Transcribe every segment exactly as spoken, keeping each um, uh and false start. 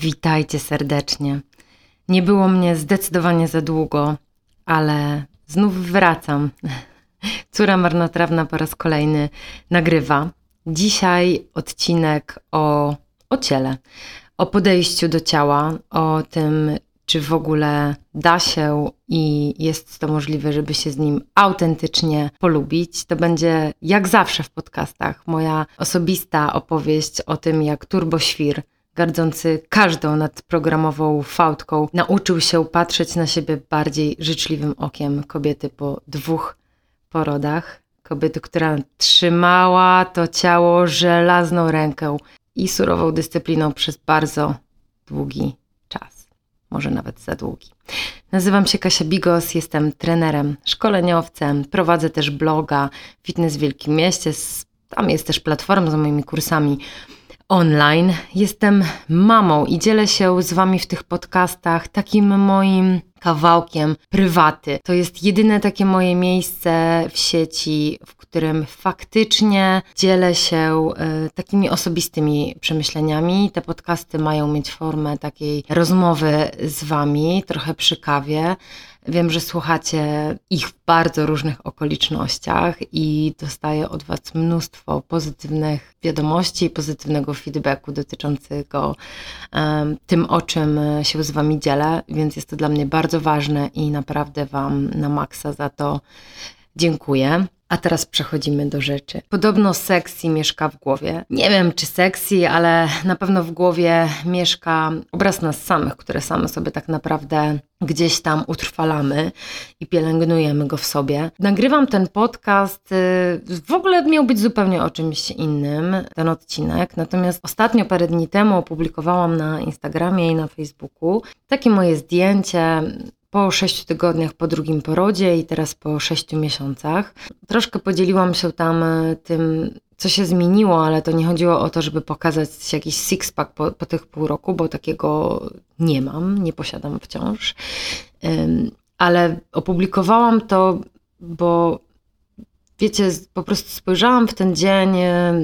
Witajcie serdecznie. Nie było mnie zdecydowanie za długo, ale znów wracam. Córa marnotrawna po raz kolejny nagrywa. Dzisiaj odcinek o, o ciele, o podejściu do ciała, o tym, czy w ogóle da się i jest to możliwe, żeby się z nim autentycznie polubić. To będzie, jak zawsze w podcastach, moja osobista opowieść o tym, jak turboświr, gardzący każdą nadprogramową fałdką, nauczył się patrzeć na siebie bardziej życzliwym okiem kobiety po dwóch porodach. Kobiety, która trzymała to ciało żelazną ręką i surową dyscypliną przez bardzo długi czas. Może nawet za długi. Nazywam się Kasia Bigos, jestem trenerem, szkoleniowcem, prowadzę też bloga Fitness w Wielkim Mieście. Tam jest też platforma z moimi kursami online. Jestem mamą i dzielę się z Wami w tych podcastach takim moim kawałkiem prywaty. To jest jedyne takie moje miejsce w sieci, w którym faktycznie dzielę się y, takimi osobistymi przemyśleniami. Te podcasty mają mieć formę takiej rozmowy z Wami, trochę przy kawie. Wiem, że słuchacie ich w bardzo różnych okolicznościach i dostaję od Was mnóstwo pozytywnych wiadomości, pozytywnego feedbacku dotyczącego um, tym, o czym się z Wami dzielę, więc jest to dla mnie bardzo ważne i naprawdę Wam na maksa za to dziękuję. A teraz przechodzimy do rzeczy. Podobno sexy mieszka w głowie. Nie wiem, czy sexy, ale na pewno w głowie mieszka obraz nas samych, które same sobie tak naprawdę gdzieś tam utrwalamy i pielęgnujemy go w sobie. Nagrywam ten podcast, w ogóle miał być zupełnie o czymś innym, ten odcinek. Natomiast ostatnio, parę dni temu opublikowałam na Instagramie i na Facebooku takie moje zdjęcie po sześciu tygodniach po drugim porodzie i teraz po sześciu miesiącach. Troszkę podzieliłam się tam tym, co się zmieniło, ale to nie chodziło o to, żeby pokazać jakiś six-pack po, po tych pół roku, bo takiego nie mam, nie posiadam wciąż. Um, ale opublikowałam to, bo wiecie, po prostu spojrzałam w ten dzień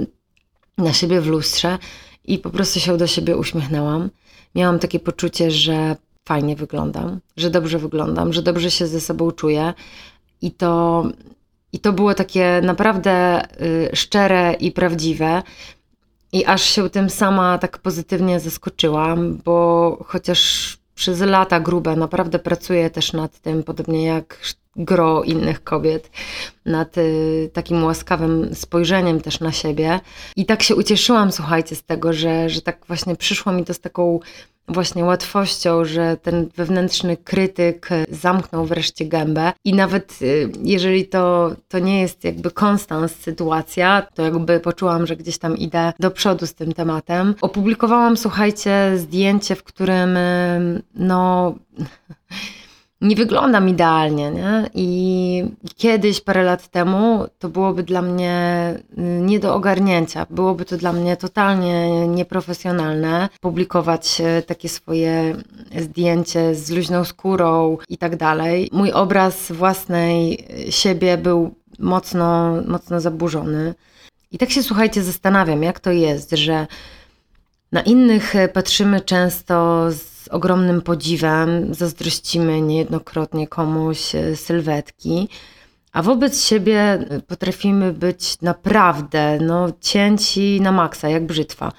na siebie w lustrze i po prostu się do siebie uśmiechnęłam. Miałam takie poczucie, że fajnie wyglądam, że dobrze wyglądam, że dobrze się ze sobą czuję i to, i to było takie naprawdę y, szczere i prawdziwe i aż się tym sama tak pozytywnie zaskoczyłam, bo chociaż przez lata grube naprawdę pracuję też nad tym, podobnie jak gro innych kobiet, nad y, takim łaskawym spojrzeniem też na siebie i tak się ucieszyłam, słuchajcie, z tego, że, że tak właśnie przyszło mi to z taką właśnie łatwością, że ten wewnętrzny krytyk zamknął wreszcie gębę i nawet jeżeli to, to nie jest jakby konstans sytuacja, to jakby poczułam, że gdzieś tam idę do przodu z tym tematem. Opublikowałam, słuchajcie, zdjęcie, w którym no nie wyglądam idealnie, nie? I kiedyś, parę lat temu, to byłoby dla mnie nie do ogarnięcia. Byłoby to dla mnie totalnie nieprofesjonalne publikować takie swoje zdjęcie z luźną skórą i tak dalej. Mój obraz własnej siebie był mocno, mocno zaburzony. I tak się, słuchajcie, zastanawiam, jak to jest, że na innych patrzymy często z z ogromnym podziwem, zazdrościmy niejednokrotnie komuś sylwetki, a wobec siebie potrafimy być naprawdę no, cięci na maksa, jak brzytwa.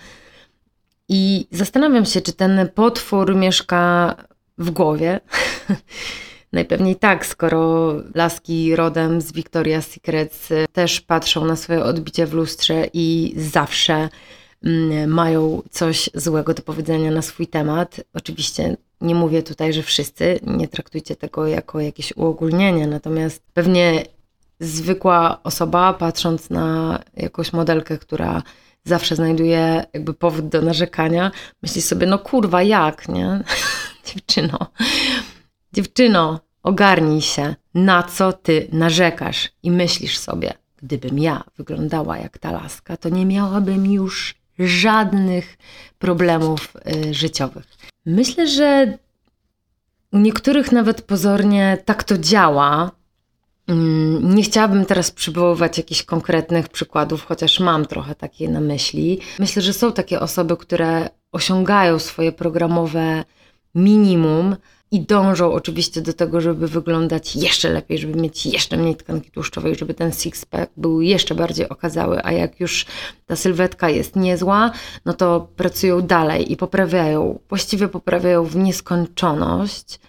I zastanawiam się, czy ten potwór mieszka w głowie. Najpewniej tak, skoro laski rodem z Victoria's Secret też patrzą na swoje odbicie w lustrze i zawsze mają coś złego do powiedzenia na swój temat. Oczywiście nie mówię tutaj, że wszyscy, nie traktujcie tego jako jakieś uogólnienie, natomiast pewnie zwykła osoba, patrząc na jakąś modelkę, która zawsze znajduje jakby powód do narzekania, myśli sobie, no kurwa, jak, nie? Dziewczyno, dziewczyno, ogarnij się, na co ty narzekasz i myślisz sobie, gdybym ja wyglądała jak ta laska, to nie miałabym już żadnych problemów y, życiowych. Myślę, że u niektórych nawet pozornie tak to działa, Nie chciałabym teraz przywoływać jakichś konkretnych przykładów, chociaż mam trochę takie na myśli. Myślę, że są takie osoby, które osiągają swoje programowe minimum i dążą oczywiście do tego, żeby wyglądać jeszcze lepiej, żeby mieć jeszcze mniej tkanki tłuszczowej, żeby ten six-pack był jeszcze bardziej okazały, a jak już ta sylwetka jest niezła, no to pracują dalej i poprawiają, właściwie poprawiają w nieskończoność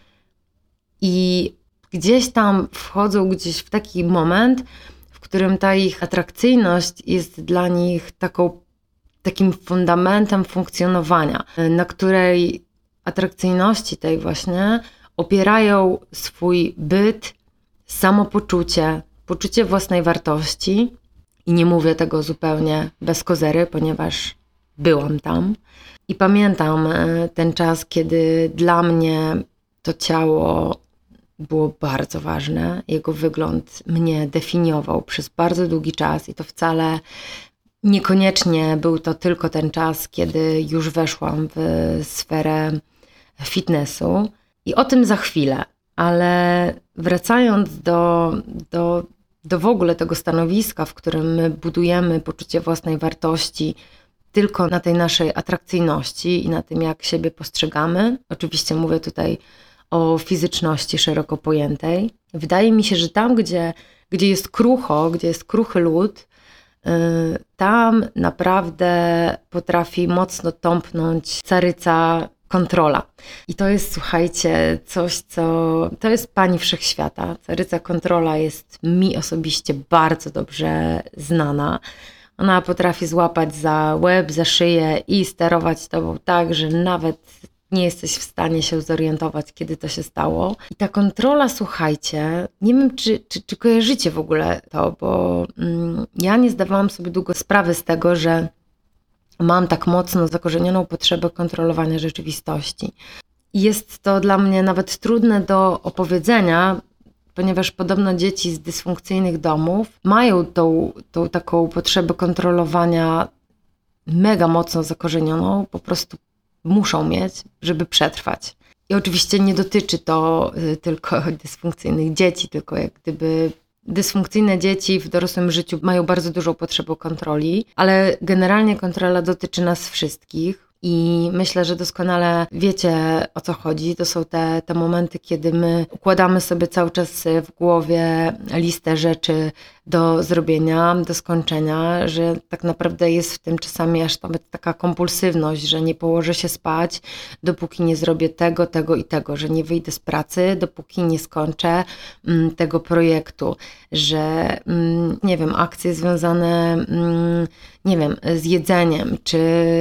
i gdzieś tam wchodzą gdzieś w taki moment, w którym ta ich atrakcyjność jest dla nich taką, takim fundamentem funkcjonowania, na której atrakcyjności tej właśnie opierają swój byt, samopoczucie, poczucie własnej wartości. I nie mówię tego zupełnie bez kozery, ponieważ byłam tam. I pamiętam ten czas, kiedy dla mnie to ciało było bardzo ważne. Jego wygląd mnie definiował przez bardzo długi czas i to wcale niekoniecznie był to tylko ten czas, kiedy już weszłam w sferę fitnessu. I o tym za chwilę. Ale wracając do, do, do w ogóle tego stanowiska, w którym my budujemy poczucie własnej wartości tylko na tej naszej atrakcyjności i na tym, jak siebie postrzegamy. Oczywiście mówię tutaj o fizyczności szeroko pojętej. Wydaje mi się, że tam, gdzie, gdzie jest krucho, gdzie jest kruchy lód, yy, tam naprawdę potrafi mocno tąpnąć caryca kontrola. I to jest, słuchajcie, coś, co... To jest pani wszechświata. Caryca kontrola jest mi osobiście bardzo dobrze znana. Ona potrafi złapać za łeb, za szyję i sterować tobą tak, że nawet nie jesteś w stanie się zorientować, kiedy to się stało. I ta kontrola, słuchajcie, nie wiem, czy, czy, czy kojarzycie w ogóle to, bo mm, ja nie zdawałam sobie długo sprawy z tego, że mam tak mocno zakorzenioną potrzebę kontrolowania rzeczywistości. I jest to dla mnie nawet trudne do opowiedzenia, ponieważ podobno dzieci z dysfunkcyjnych domów mają tą, tą taką potrzebę kontrolowania mega mocno zakorzenioną, po prostu muszą mieć, żeby przetrwać. I oczywiście nie dotyczy to tylko dysfunkcyjnych dzieci, tylko jak gdyby dysfunkcyjne dzieci w dorosłym życiu mają bardzo dużą potrzebę kontroli, ale generalnie kontrola dotyczy nas wszystkich. I myślę, że doskonale wiecie, o co chodzi. To są te, te momenty, kiedy my układamy sobie cały czas w głowie listę rzeczy do zrobienia, do skończenia, że tak naprawdę jest w tym czasami aż nawet taka kompulsywność, że nie położę się spać, dopóki nie zrobię tego, tego i tego, że nie wyjdę z pracy, dopóki nie skończę mm, tego projektu, że mm, nie wiem, akcje związane mm, nie wiem, z jedzeniem, czy,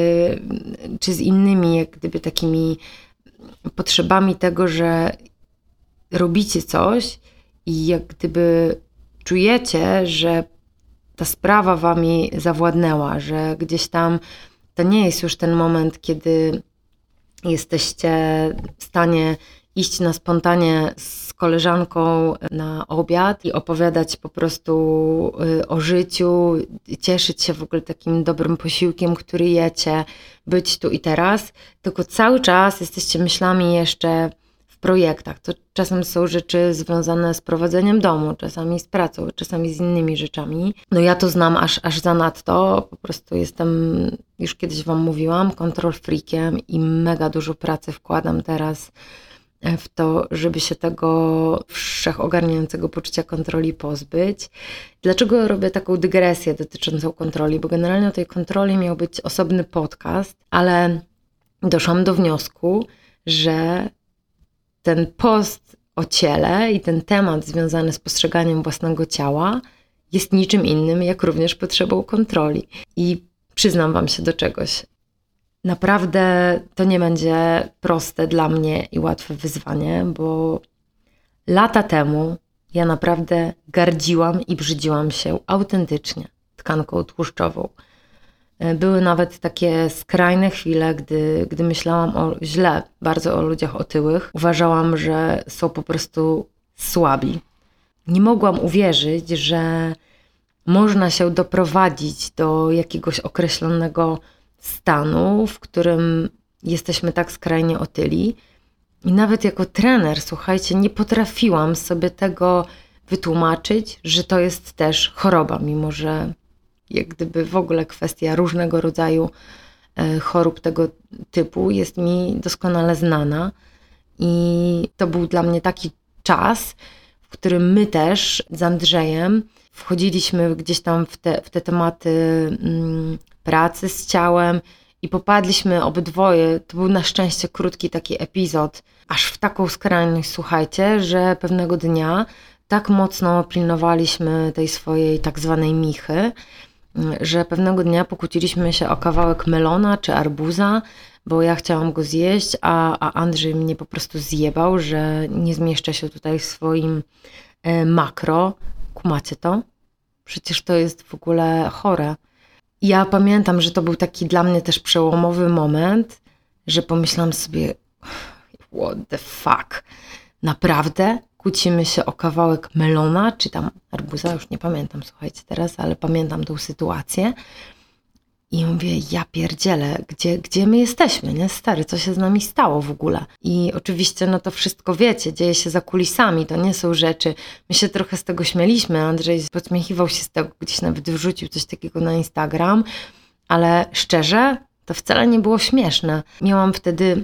czy z innymi jak gdyby takimi potrzebami tego, że robicie coś i jak gdyby czujecie, że ta sprawa wami zawładnęła, że gdzieś tam to nie jest już ten moment, kiedy jesteście w stanie iść na spontanie z koleżanką na obiad i opowiadać po prostu o życiu, cieszyć się w ogóle takim dobrym posiłkiem, który jecie, być tu i teraz, tylko cały czas jesteście myślami jeszcze w projektach. To czasem są rzeczy związane z prowadzeniem domu, czasami z pracą, czasami z innymi rzeczami. No ja to znam aż, aż zanadto, po prostu jestem, już kiedyś wam mówiłam, control freakiem i mega dużo pracy wkładam teraz w to, żeby się tego wszechogarniającego poczucia kontroli pozbyć. Dlaczego robię taką dygresję dotyczącą kontroli? Bo generalnie o tej kontroli miał być osobny podcast, ale doszłam do wniosku, że ten post o ciele i ten temat związany z postrzeganiem własnego ciała jest niczym innym, jak również potrzebą kontroli. I przyznam wam się do czegoś. Naprawdę to nie będzie proste dla mnie i łatwe wyzwanie, bo lata temu ja naprawdę gardziłam i brzydziłam się autentycznie tkanką tłuszczową. Były nawet takie skrajne chwile, gdy, gdy myślałam o, źle bardzo o ludziach otyłych. Uważałam, że są po prostu słabi. Nie mogłam uwierzyć, że można się doprowadzić do jakiegoś określonego stanu, w którym jesteśmy tak skrajnie otyli. I nawet jako trener, słuchajcie, nie potrafiłam sobie tego wytłumaczyć, że to jest też choroba, mimo że jak gdyby w ogóle kwestia różnego rodzaju chorób tego typu jest mi doskonale znana. I to był dla mnie taki czas, w którym my też z Andrzejem wchodziliśmy gdzieś tam w te, w te tematy mm, pracy z ciałem i popadliśmy obydwoje. To był na szczęście krótki taki epizod, aż w taką skrajność, słuchajcie, że pewnego dnia tak mocno pilnowaliśmy tej swojej tak zwanej michy, że pewnego dnia pokłóciliśmy się o kawałek melona czy arbuza, bo ja chciałam go zjeść, a, a Andrzej mnie po prostu zjebał, że nie zmieszczę się tutaj w swoim e, makro. Kumacie to? Przecież to jest w ogóle chore. Ja pamiętam, że to był taki dla mnie też przełomowy moment, że pomyślałam sobie, what the fuck, naprawdę? Kłócimy się o kawałek melona, czy tam arbuza, już nie pamiętam, słuchajcie teraz, ale pamiętam tą sytuację. I mówię, ja pierdzielę, gdzie, gdzie my jesteśmy, nie? Stary, co się z nami stało w ogóle? I oczywiście, no to wszystko wiecie, dzieje się za kulisami, to nie są rzeczy. My się trochę z tego śmieliśmy, Andrzej podśmiechiwał się z tego, gdzieś nawet wrzucił coś takiego na Instagram, ale szczerze, to wcale nie było śmieszne. Miałam wtedy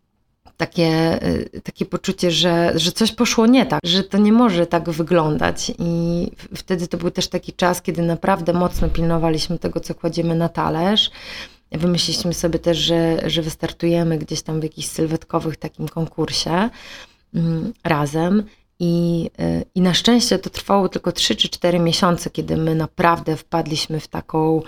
takie, takie poczucie, że, że coś poszło nie tak, że to nie może tak wyglądać. I wtedy to był też taki czas, kiedy naprawdę mocno pilnowaliśmy tego, co kładziemy na talerz. Wymyśliliśmy sobie też, że, że wystartujemy gdzieś tam w jakichś sylwetkowych takim konkursie um, razem. I, I na szczęście to trwało tylko trzy czy cztery miesiące, kiedy my naprawdę wpadliśmy w taką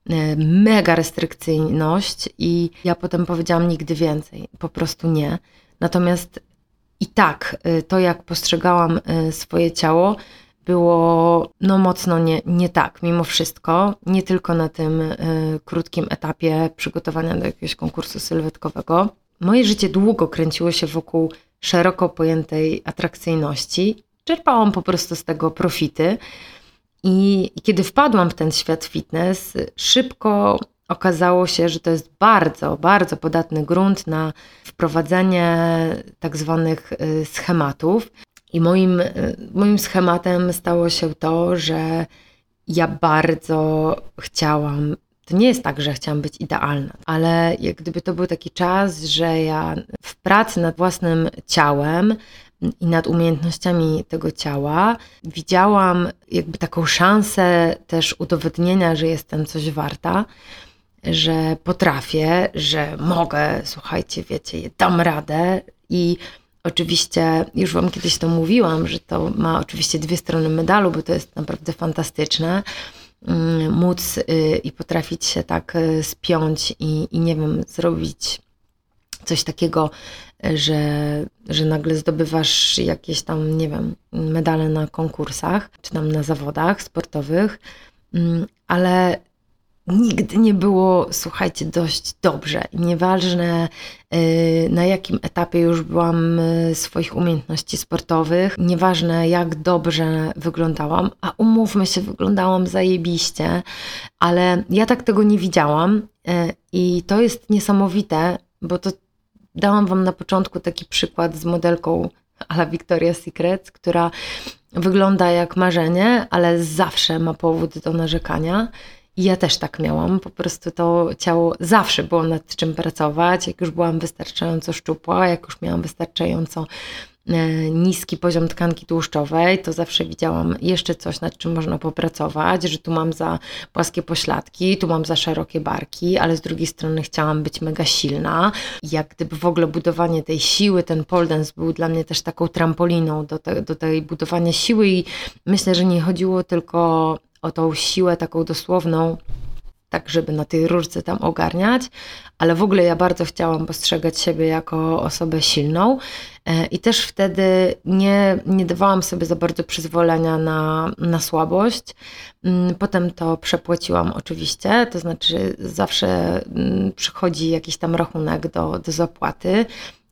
mega restrykcyjność i ja potem powiedziałam nigdy więcej, po prostu nie. Natomiast i tak to, jak postrzegałam swoje ciało, było no mocno nie, nie tak, mimo wszystko, nie tylko na tym y, krótkim etapie przygotowania do jakiegoś konkursu sylwetkowego. Moje życie długo kręciło się wokół szeroko pojętej atrakcyjności. Czerpałam po prostu z tego profity. I, I kiedy wpadłam w ten świat fitness, szybko okazało się, że to jest bardzo, bardzo podatny grunt na wprowadzenie tak zwanych schematów. I moim, moim schematem stało się to, że ja bardzo chciałam, to nie jest tak, że chciałam być idealna, ale jak gdyby to był taki czas, że ja w pracy nad własnym ciałem i nad umiejętnościami tego ciała widziałam jakby taką szansę też udowodnienia, że jestem coś warta, że potrafię, że mogę, słuchajcie, wiecie, dam radę. I oczywiście już wam kiedyś to mówiłam, że to ma oczywiście dwie strony medalu, bo to jest naprawdę fantastyczne, móc i potrafić się tak spiąć i, i nie wiem, zrobić coś takiego, że, że nagle zdobywasz jakieś tam, nie wiem, medale na konkursach, czy tam na zawodach sportowych, ale nigdy nie było, słuchajcie, dość dobrze. I nieważne na jakim etapie już byłam swoich umiejętności sportowych, nieważne jak dobrze wyglądałam, a umówmy się, wyglądałam zajebiście, ale ja tak tego nie widziałam i to jest niesamowite, bo to dałam wam na początku taki przykład z modelką a la Victoria's Secret, która wygląda jak marzenie, ale zawsze ma powód do narzekania. I ja też tak miałam, po prostu to ciało zawsze było nad czym pracować, jak już byłam wystarczająco szczupła, jak już miałam wystarczająco niski poziom tkanki tłuszczowej, to zawsze widziałam jeszcze coś, nad czym można popracować, że tu mam za płaskie pośladki, tu mam za szerokie barki, ale z drugiej strony chciałam być mega silna. Jak gdyby w ogóle budowanie tej siły, ten pole dance był dla mnie też taką trampoliną do, te, do tej budowania siły i myślę, że nie chodziło tylko o tą siłę taką dosłowną, tak żeby na tej rurce tam ogarniać, ale w ogóle ja bardzo chciałam postrzegać siebie jako osobę silną i też wtedy nie, nie dawałam sobie za bardzo przyzwolenia na, na słabość. Potem to przepłaciłam oczywiście, to znaczy zawsze przychodzi jakiś tam rachunek do, do zapłaty,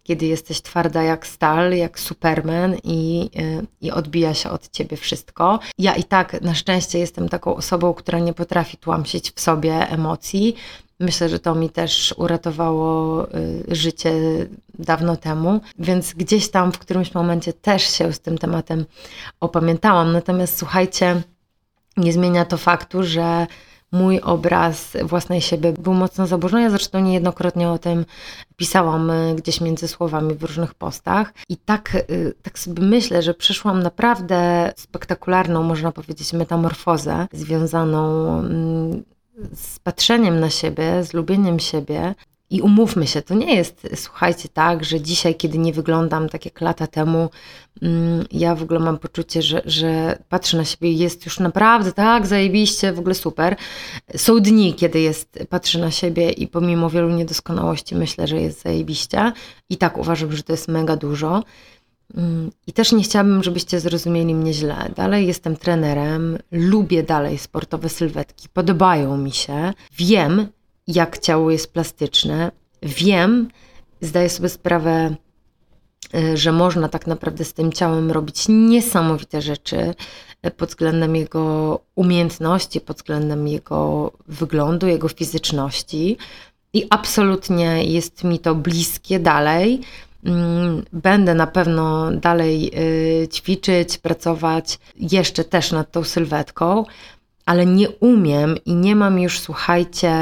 kiedy jesteś twarda jak stal, jak Superman i, i odbija się od ciebie wszystko. Ja i tak na szczęście jestem taką osobą, która nie potrafi tłamsić w sobie emocji. Myślę, że to mi też uratowało życie dawno temu, więc gdzieś tam w którymś momencie też się z tym tematem opamiętałam. Natomiast słuchajcie, nie zmienia to faktu, że mój obraz własnej siebie był mocno zaburzony. Ja zresztą niejednokrotnie o tym pisałam gdzieś między słowami w różnych postach. I tak, tak sobie myślę, że przeszłam naprawdę spektakularną, można powiedzieć, metamorfozę związaną z patrzeniem na siebie, z lubieniem siebie. I umówmy się, to nie jest, słuchajcie, tak, że dzisiaj, kiedy nie wyglądam tak jak lata temu, ja w ogóle mam poczucie, że, że patrzę na siebie i jest już naprawdę tak zajebiście, w ogóle super. Są dni, kiedy jest, patrzę na siebie i pomimo wielu niedoskonałości myślę, że jest zajebiście i tak uważam, że to jest mega dużo. I też nie chciałabym, żebyście zrozumieli mnie źle. Dalej jestem trenerem, lubię dalej sportowe sylwetki, podobają mi się, wiem, jak ciało jest plastyczne, wiem, zdaję sobie sprawę, że można tak naprawdę z tym ciałem robić niesamowite rzeczy pod względem jego umiejętności, pod względem jego wyglądu, jego fizyczności i absolutnie jest mi to bliskie dalej. Będę na pewno dalej ćwiczyć, pracować jeszcze też nad tą sylwetką, ale nie umiem i nie mam już, słuchajcie,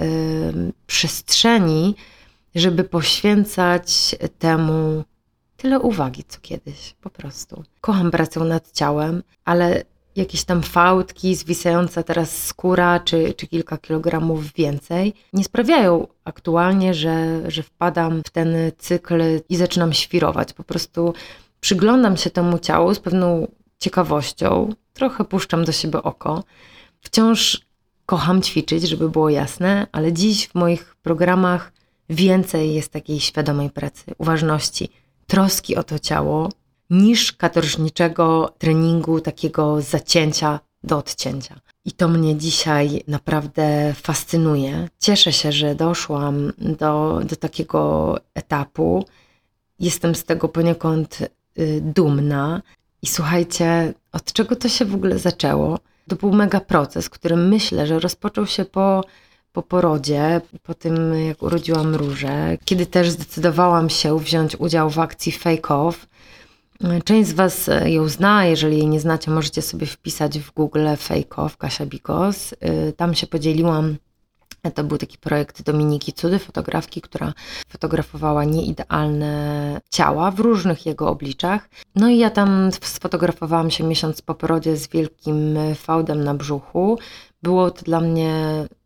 przestrzeni, żeby poświęcać temu tyle uwagi, co kiedyś, po prostu. Kocham pracę nad ciałem, ale jakieś tam fałdki, zwisająca teraz skóra, czy, czy kilka kilogramów więcej, nie sprawiają aktualnie, że, że wpadam w ten cykl i zaczynam świrować. Po prostu przyglądam się temu ciału z pewną ciekawością, trochę puszczam do siebie oko. Wciąż kocham ćwiczyć, żeby było jasne, ale dziś w moich programach więcej jest takiej świadomej pracy, uważności, troski o to ciało, niż katorżniczego treningu, takiego zacięcia do odcięcia. I to mnie dzisiaj naprawdę fascynuje. Cieszę się, że doszłam do, do takiego etapu. Jestem z tego poniekąd y, dumna. I słuchajcie, od czego to się w ogóle zaczęło? To był mega proces, który myślę, że rozpoczął się po, po porodzie, po tym jak urodziłam Różę, kiedy też zdecydowałam się wziąć udział w akcji Fake Off. Część z Was ją zna, jeżeli jej nie znacie, możecie sobie wpisać w Google Fake Off, Kasia Bigos. Tam się podzieliłam, to był taki projekt Dominiki Cudy, fotografki, która fotografowała nieidealne ciała w różnych jego obliczach. No i ja tam sfotografowałam się miesiąc po porodzie z wielkim fałdem na brzuchu. Było to dla mnie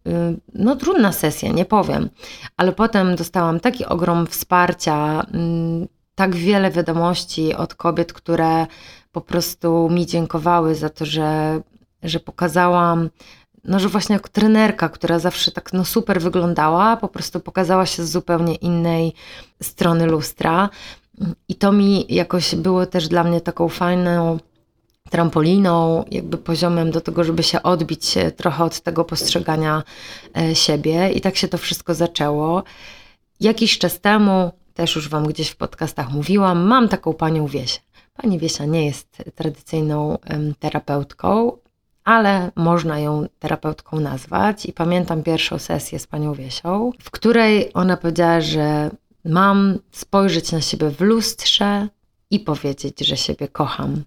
no trudna sesja, nie powiem, ale potem dostałam taki ogrom wsparcia, tak wiele wiadomości od kobiet, które po prostu mi dziękowały za to, że, że pokazałam, no że właśnie jako trenerka, która zawsze tak no super wyglądała, po prostu pokazała się z zupełnie innej strony lustra. I to mi jakoś było też dla mnie taką fajną trampoliną, jakby poziomem do tego, żeby się odbić trochę od tego postrzegania siebie. I tak się to wszystko zaczęło. Jakiś czas temu, też już Wam gdzieś w podcastach mówiłam, mam taką panią Wiesię. Pani Wiesia nie jest tradycyjną terapeutką, ale można ją terapeutką nazwać. I pamiętam pierwszą sesję z panią Wiesią, w której ona powiedziała, że mam spojrzeć na siebie w lustrze i powiedzieć, że siebie kocham.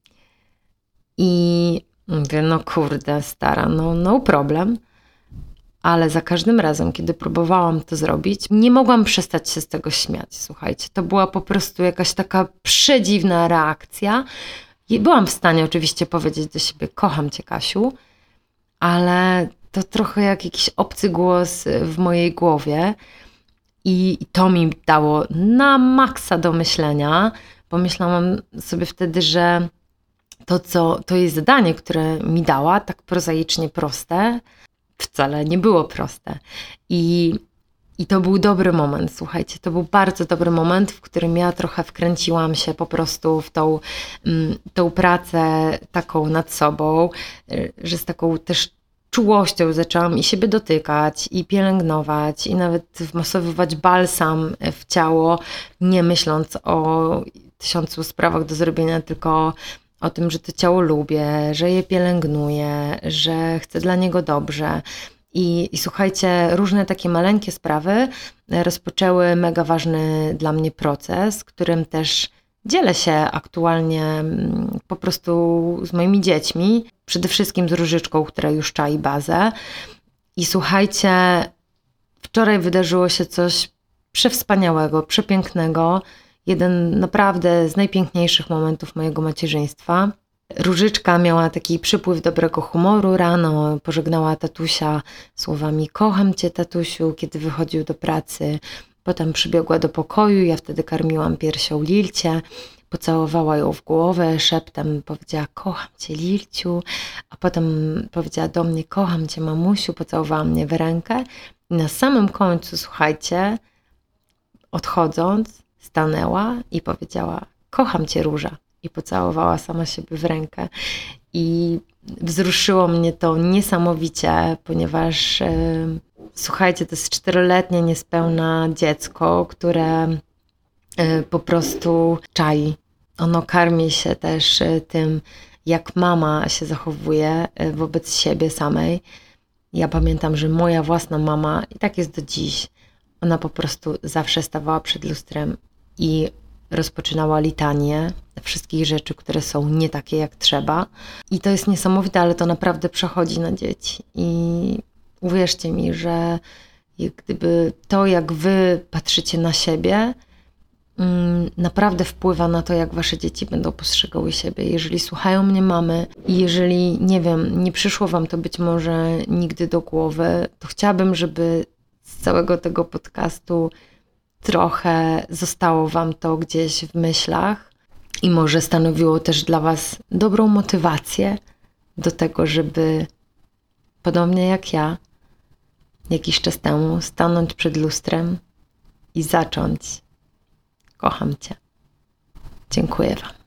I mówię, no kurde, stara, no no problem. Ale za każdym razem, kiedy próbowałam to zrobić, nie mogłam przestać się z tego śmiać. Słuchajcie, to była po prostu jakaś taka przedziwna reakcja. I byłam w stanie oczywiście powiedzieć do siebie, kocham Cię, Kasiu, ale to trochę jak jakiś obcy głos w mojej głowie. I to mi dało na maksa do myślenia. Pomyślałam sobie wtedy, że to, co, to jest zadanie, które mi dała, tak prozaicznie proste, wcale nie było proste. I, I to był dobry moment, słuchajcie, to był bardzo dobry moment, w którym ja trochę wkręciłam się po prostu w tą, tą pracę taką nad sobą, że z taką też czułością zaczęłam i siebie dotykać, i pielęgnować, i nawet wmasowywać balsam w ciało, nie myśląc o tysiącu sprawach do zrobienia, tylko o tym, że to ciało lubię, że je pielęgnuję, że chcę dla niego dobrze. I, I słuchajcie, różne takie maleńkie sprawy rozpoczęły mega ważny dla mnie proces, którym też dzielę się aktualnie po prostu z moimi dziećmi, przede wszystkim z Różyczką, która już czai bazę. I słuchajcie, wczoraj wydarzyło się coś przewspaniałego, przepięknego. Jeden naprawdę z najpiękniejszych momentów mojego macierzyństwa. Różyczka miała taki przypływ dobrego humoru rano, pożegnała tatusia słowami kocham cię tatusiu, kiedy wychodził do pracy. Potem przybiegła do pokoju, ja wtedy karmiłam piersią Lilcie, pocałowała ją w głowę, szeptem powiedziała kocham cię Lilciu, a potem powiedziała do mnie kocham cię mamusiu, pocałowała mnie w rękę i na samym końcu, słuchajcie, odchodząc, stanęła i powiedziała kocham cię Róża i pocałowała sama siebie w rękę i wzruszyło mnie to niesamowicie, ponieważ yy, słuchajcie, to jest czteroletnie niespełna dziecko, które yy, po prostu czai. Ono karmi się też yy, tym, jak mama się zachowuje yy, wobec siebie samej. Ja pamiętam, że moja własna mama, i tak jest do dziś, ona po prostu zawsze stawała przed lustrem i rozpoczynała litanię wszystkich rzeczy, które są nie takie jak trzeba. I to jest niesamowite, ale to naprawdę przechodzi na dzieci. I uwierzcie mi, że jak gdyby to, jak wy patrzycie na siebie, naprawdę wpływa na to, jak wasze dzieci będą postrzegały siebie. Jeżeli słuchają mnie mamy i jeżeli, nie wiem, nie przyszło wam to być może nigdy do głowy, to chciałabym, żeby z całego tego podcastu trochę zostało wam to gdzieś w myślach i może stanowiło też dla was dobrą motywację do tego, żeby podobnie jak ja jakiś czas temu stanąć przed lustrem i zacząć kocham cię. Dziękuję wam.